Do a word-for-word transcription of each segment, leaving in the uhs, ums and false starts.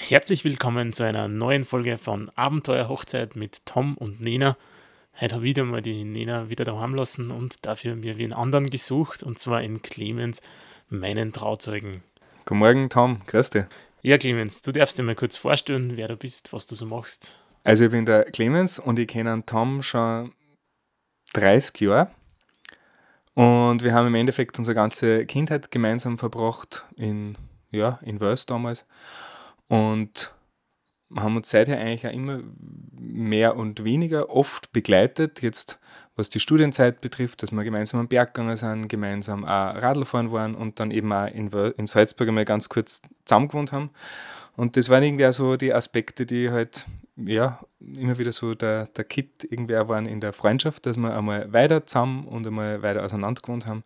Herzlich willkommen zu einer neuen Folge von Abenteuer Hochzeit mit Tom und Nena. Heute habe ich wieder mal die Nena wieder daheim lassen und dafür mir wie einen anderen gesucht, und zwar in Clemens, meinen Trauzeugen. Guten Morgen, Tom. Grüß dich. Ja, Clemens, du darfst dir mal kurz vorstellen, wer du bist, was du so machst. Also ich bin der Clemens und ich kenne den Tom schon dreißig Jahre. Und wir haben im Endeffekt unsere ganze Kindheit gemeinsam verbracht in, ja, in Wels damals. Und haben uns seither eigentlich auch immer mehr und weniger oft begleitet. Jetzt, was die Studienzeit betrifft, dass wir gemeinsam am Berg gegangen sind, gemeinsam auch Radl fahren waren und dann eben auch in, Wels, in Salzburg einmal ganz kurz zusammen gewohnt haben. Und das waren irgendwie auch so die Aspekte, die halt, ja, immer wieder so der, der Kit irgendwie auch waren in der Freundschaft, dass wir einmal weiter zusammen und einmal weiter auseinander gewohnt haben.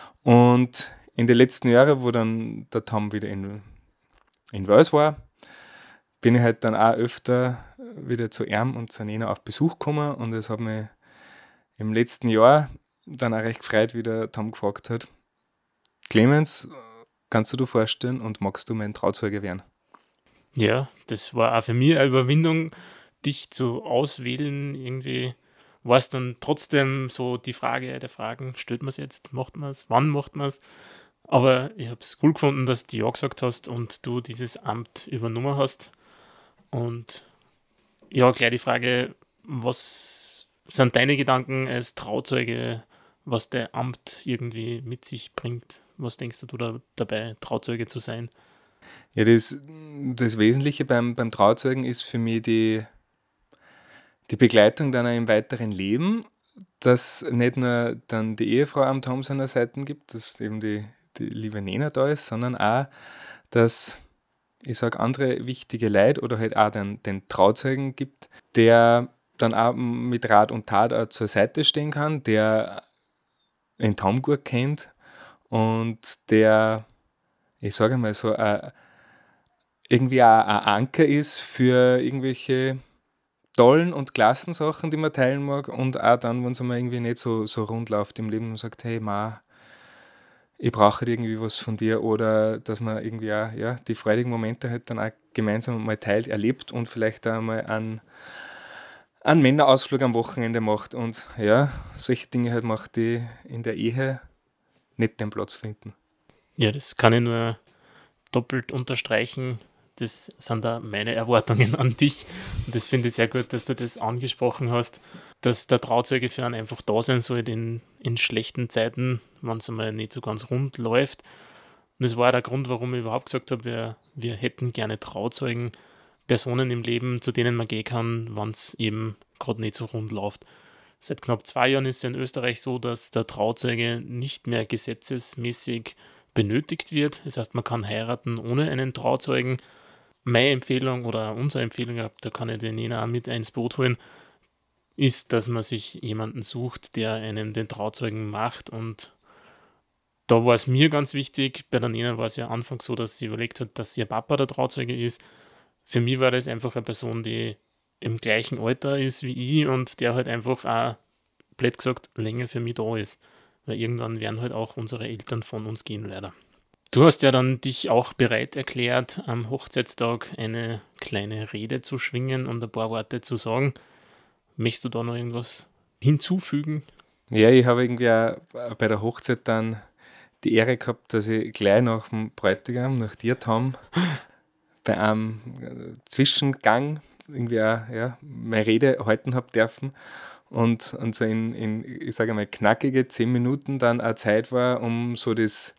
Und in den letzten Jahren, wo dann der Tom wieder in, in Wels war, bin ich halt dann auch öfter wieder zu ihm und zu Nena auf Besuch gekommen, und es hat mich im letzten Jahr dann auch recht gefreut, wie der Tom gefragt hat: Clemens, kannst du dir vorstellen und magst du mein Trauzeuge werden? Ja, das war auch für mich eine Überwindung, dich zu auswählen. Irgendwie war es dann trotzdem so die Frage der Fragen: Stellt man es jetzt, macht man es, wann macht man es? Aber ich habe es cool gefunden, dass du ja gesagt hast und du dieses Amt übernommen hast. Und ja, gleich die Frage: Was sind deine Gedanken als Trauzeuge, was der Amt irgendwie mit sich bringt? Was denkst du da dabei, Trauzeuge zu sein? Ja, das, das Wesentliche beim, beim Trauzeugen ist für mich die, die Begleitung dann auch im weiteren Leben, dass nicht nur dann die Ehefrau am Tom seiner Seite gibt, dass eben die, die liebe Nena da ist, sondern auch, dass, ich sage, andere wichtige Leute oder halt auch den, den Trauzeugen gibt, der dann auch mit Rat und Tat auch zur Seite stehen kann, der den Tom gut kennt und der, ich sage mal so, ein, irgendwie auch ein Anker ist für irgendwelche tollen und klassen Sachen, die man teilen mag, und auch dann, wenn es einmal irgendwie nicht so, so rund läuft im Leben und sagt, hey, Ma, ich brauche halt irgendwie was von dir, oder dass man irgendwie auch, ja, die freudigen Momente halt dann auch gemeinsam mal teilt, erlebt und vielleicht auch mal einen, einen Männerausflug am Wochenende macht, und ja, solche Dinge halt macht, die in der Ehe nicht den Platz finden. Ja, das kann ich nur doppelt unterstreichen. Das sind da meine Erwartungen an dich. Und das finde ich sehr gut, dass du das angesprochen hast, dass der Trauzeuge für einen einfach da sein soll in, in schlechten Zeiten, wenn es einmal nicht so ganz rund läuft. Und das war auch der Grund, warum ich überhaupt gesagt habe, wir, wir hätten gerne Trauzeugen, Personen im Leben, zu denen man gehen kann, wenn es eben gerade nicht so rund läuft. Seit knapp zwei Jahren ist es in Österreich so, dass der Trauzeuge nicht mehr gesetzesmäßig benötigt wird. Das heißt, man kann heiraten ohne einen Trauzeugen. Meine Empfehlung oder unsere Empfehlung, da kann ich den Nena auch mit ins Boot holen, ist, dass man sich jemanden sucht, der einem den Trauzeugen macht. Und da war es mir ganz wichtig, bei der Nena war es ja anfangs so, dass sie überlegt hat, dass ihr Papa der Trauzeuge ist. Für mich war das einfach eine Person, die im gleichen Alter ist wie ich und der halt einfach auch, blöd gesagt, länger für mich da ist. Weil irgendwann werden halt auch unsere Eltern von uns gehen, leider. Du hast ja dann dich auch bereit erklärt, am Hochzeitstag eine kleine Rede zu schwingen und ein paar Worte zu sagen. Möchtest du da noch irgendwas hinzufügen? Ja, ich habe irgendwie auch bei der Hochzeit dann die Ehre gehabt, dass ich gleich nach dem Bräutigam, nach dir, Tom, bei einem Zwischengang irgendwie auch, ja, meine Rede halten habe dürfen, und, und so in, in, ich sage mal, knackige zehn Minuten dann auch Zeit war, um so das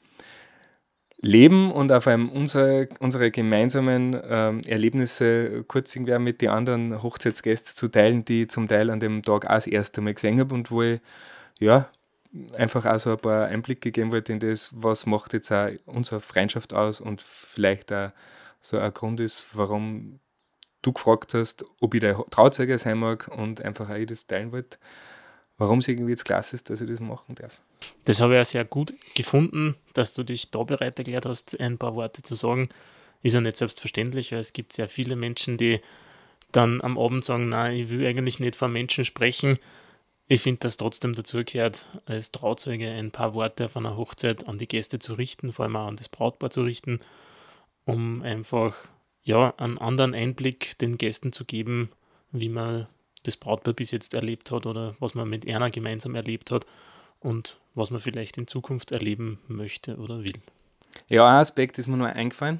Leben und auf einem unsere, unsere gemeinsamen ähm, Erlebnisse kurz irgendwie auch mit den anderen Hochzeitsgästen zu teilen, die ich zum Teil an dem Tag auch das erste Mal gesehen habe, und wo ich, ja, einfach auch so ein paar Einblicke geben wollte in das, was macht jetzt auch unsere Freundschaft aus, und vielleicht auch so ein Grund ist, warum du gefragt hast, ob ich der Trauzeuge sein mag, und einfach auch ich das teilen wollte, warum es irgendwie jetzt klasse ist, dass ich das machen darf. Das habe ich ja sehr gut gefunden, dass du dich da bereit erklärt hast, ein paar Worte zu sagen. Ist ja nicht selbstverständlich, weil es gibt sehr viele Menschen, die dann am Abend sagen, nein, ich will eigentlich nicht vor Menschen sprechen. Ich finde, dass trotzdem dazu gehört, als Trauzeuge ein paar Worte auf einer Hochzeit an die Gäste zu richten, vor allem auch an das Brautpaar zu richten, um einfach ja, einen anderen Einblick den Gästen zu geben, wie man das Brautpaar bis jetzt erlebt hat oder was man mit einer gemeinsam erlebt hat und was man vielleicht in Zukunft erleben möchte oder will. Ja, ein Aspekt ist mir nur eingefallen.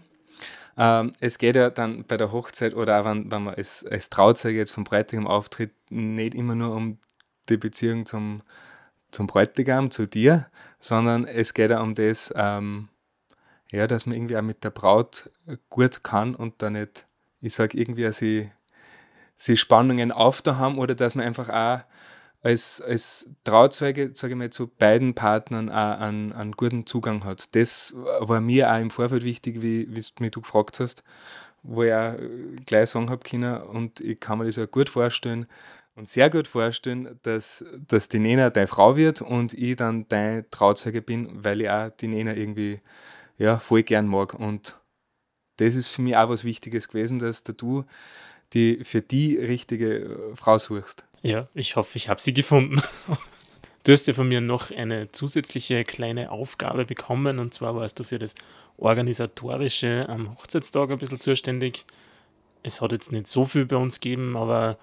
Ähm, es geht ja dann bei der Hochzeit oder auch wenn, wenn man als, als Trauzeuge jetzt vom Bräutigam auftritt, nicht immer nur um die Beziehung zum, zum Bräutigam, zu dir, sondern es geht auch um das, ähm, ja, dass man irgendwie auch mit der Braut gut kann und da nicht, ich sage irgendwie, auch sie, sie Spannungen auf da haben oder dass man einfach auch als, als Trauzeuge, sage ich mal, zu beiden Partnern auch einen, einen guten Zugang hat. Das war mir auch im Vorfeld wichtig, wie, wie du mich du gefragt hast, wo ich auch gleich sagen habe können und ich kann mir das auch gut vorstellen und sehr gut vorstellen, dass, dass die Nena deine Frau wird und ich dann dein Trauzeuge bin, weil ich auch die Nena irgendwie ja, voll gern mag. Und das ist für mich auch was Wichtiges gewesen, dass du die für die richtige Frau suchst. Ja, ich hoffe, ich habe sie gefunden. Du hast ja von mir noch eine zusätzliche kleine Aufgabe bekommen und zwar warst du für das Organisatorische am Hochzeitstag ein bisschen zuständig. Es hat jetzt nicht so viel bei uns gegeben, aber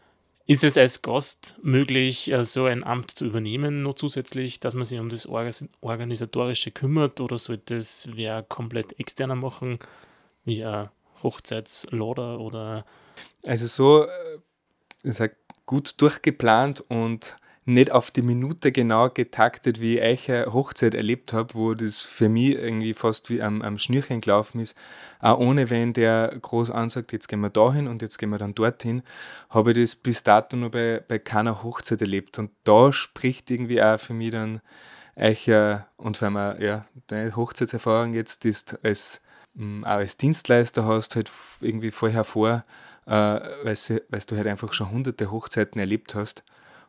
ist es als Gast möglich, äh, so ein Amt zu übernehmen, noch zusätzlich, dass man sich um das Orgas- Organisatorische kümmert oder sollte es wer komplett externer machen, wie ein Hochzeitslader oder Also so, äh, ich sag, gut durchgeplant und nicht auf die Minute genau getaktet, wie ich eine Hochzeit erlebt habe, wo das für mich irgendwie fast wie am, am Schnürchen gelaufen ist. Auch ohne wenn der groß ansagt, jetzt gehen wir dahin und jetzt gehen wir dann dorthin, habe ich das bis dato noch bei, bei keiner Hochzeit erlebt. Und da spricht irgendwie auch für mich dann euch, äh, und wenn man ja deine Hochzeitserfahrung jetzt ist, als, mh, auch als Dienstleister hast, halt irgendwie voll hervor, äh, weil du halt einfach schon hunderte Hochzeiten erlebt hast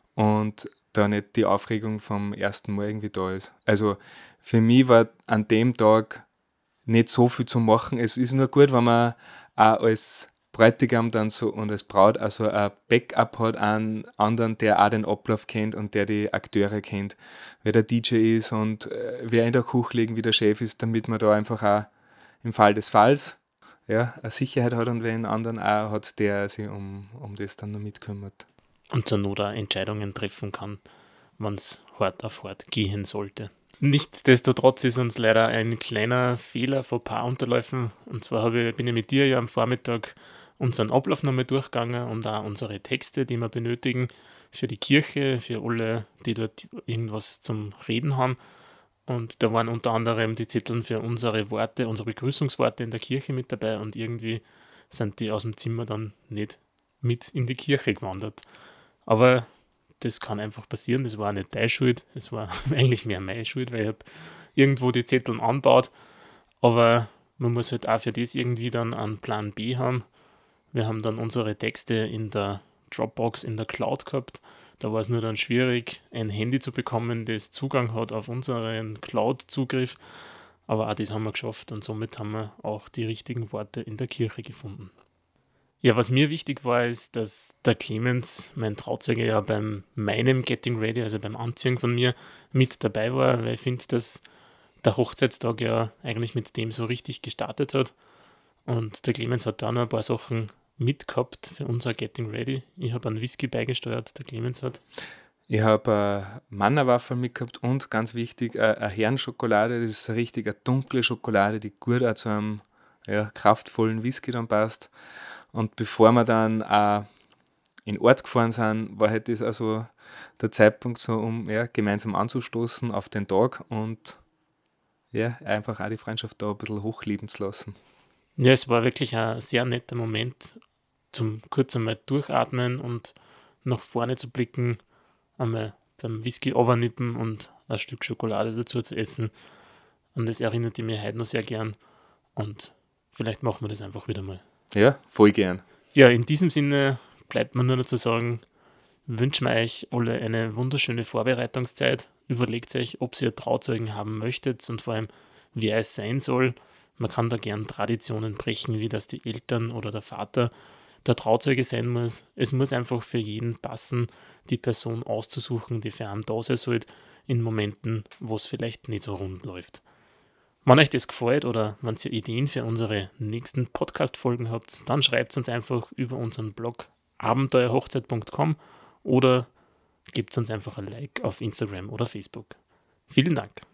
und da nicht die Aufregung vom ersten Mal irgendwie da ist. Also für mich war an dem Tag nicht so viel zu machen. Es ist nur gut, wenn man auch als Bräutigam dann so und als Braut also ein Backup hat an anderen, der auch den Ablauf kennt und der die Akteure kennt, wer der D J ist und äh, wer in der Küche liegt, wie der Chef ist, damit man da einfach auch im Fall des Falls ja, eine Sicherheit hat und wer einen anderen auch hat, der sich um, um das dann noch mitkümmert. und zur Not auch Entscheidungen treffen kann, wenn es hart auf hart gehen sollte. Nichtsdestotrotz ist uns leider ein kleiner Fehler vor ein paar Unterläufen. Und zwar habe ich, bin ich mit dir ja am Vormittag unseren Ablauf nochmal durchgegangen und auch unsere Texte, die wir benötigen für die Kirche, für alle, die dort irgendwas zum Reden haben. Und da waren unter anderem die Zettel für unsere Worte, unsere Begrüßungsworte in der Kirche mit dabei und irgendwie sind die aus dem Zimmer dann nicht mit in die Kirche gewandert. Aber das kann einfach passieren, das war nicht deine Schuld, es war eigentlich mehr meine Schuld, weil ich habe irgendwo die Zettel anbaut, aber man muss halt auch für das irgendwie dann einen Plan B haben. Wir haben dann unsere Texte in der Dropbox in der Cloud gehabt, da war es nur dann schwierig, ein Handy zu bekommen, das Zugang hat auf unseren Cloud-Zugriff, aber auch das haben wir geschafft und somit haben wir auch die richtigen Worte in der Kirche gefunden. Ja, was mir wichtig war, ist, dass der Clemens, mein Trauzeuge, ja beim meinem Getting Ready, also beim Anziehen von mir, mit dabei war, weil ich finde, dass der Hochzeitstag ja eigentlich mit dem so richtig gestartet hat. Und der Clemens hat da noch ein paar Sachen mitgehabt für unser Getting Ready. Ich habe einen Whisky beigesteuert, der Clemens hat. Ich habe äh, Mannerwaffel mitgehabt und ganz wichtig, äh, eine Herrenschokolade. Das ist eine richtig eine dunkle Schokolade, die gut auch zu einem ja, kraftvollen Whisky dann passt. Und bevor wir dann auch in den Ort gefahren sind, war halt das also der Zeitpunkt so, um ja, gemeinsam anzustoßen auf den Tag und ja, einfach auch die Freundschaft da ein bisschen hochleben zu lassen. Ja, es war wirklich ein sehr netter Moment, zum kurz einmal durchatmen und nach vorne zu blicken, einmal beim Whisky overnippen und ein Stück Schokolade dazu zu essen. Und das erinnert mich heute noch sehr gern. Und vielleicht machen wir das einfach wieder mal. Ja, voll gern. Ja, in diesem Sinne bleibt mir nur noch zu sagen, wünschen wir euch alle eine wunderschöne Vorbereitungszeit. Überlegt euch, ob ihr Trauzeugen haben möchtet und vor allem, wer es sein soll. Man kann da gern Traditionen brechen, wie dass die Eltern oder der Vater der Trauzeuge sein muss. Es muss einfach für jeden passen, die Person auszusuchen, die für einen da sein soll, in Momenten, wo es vielleicht nicht so rund läuft. Wenn euch das gefällt oder wenn ihr Ideen für unsere nächsten Podcast-Folgen habt, dann schreibt uns einfach über unseren Blog abenteuerhochzeit punkt com oder gebt uns einfach ein Like auf Instagram oder Facebook. Vielen Dank.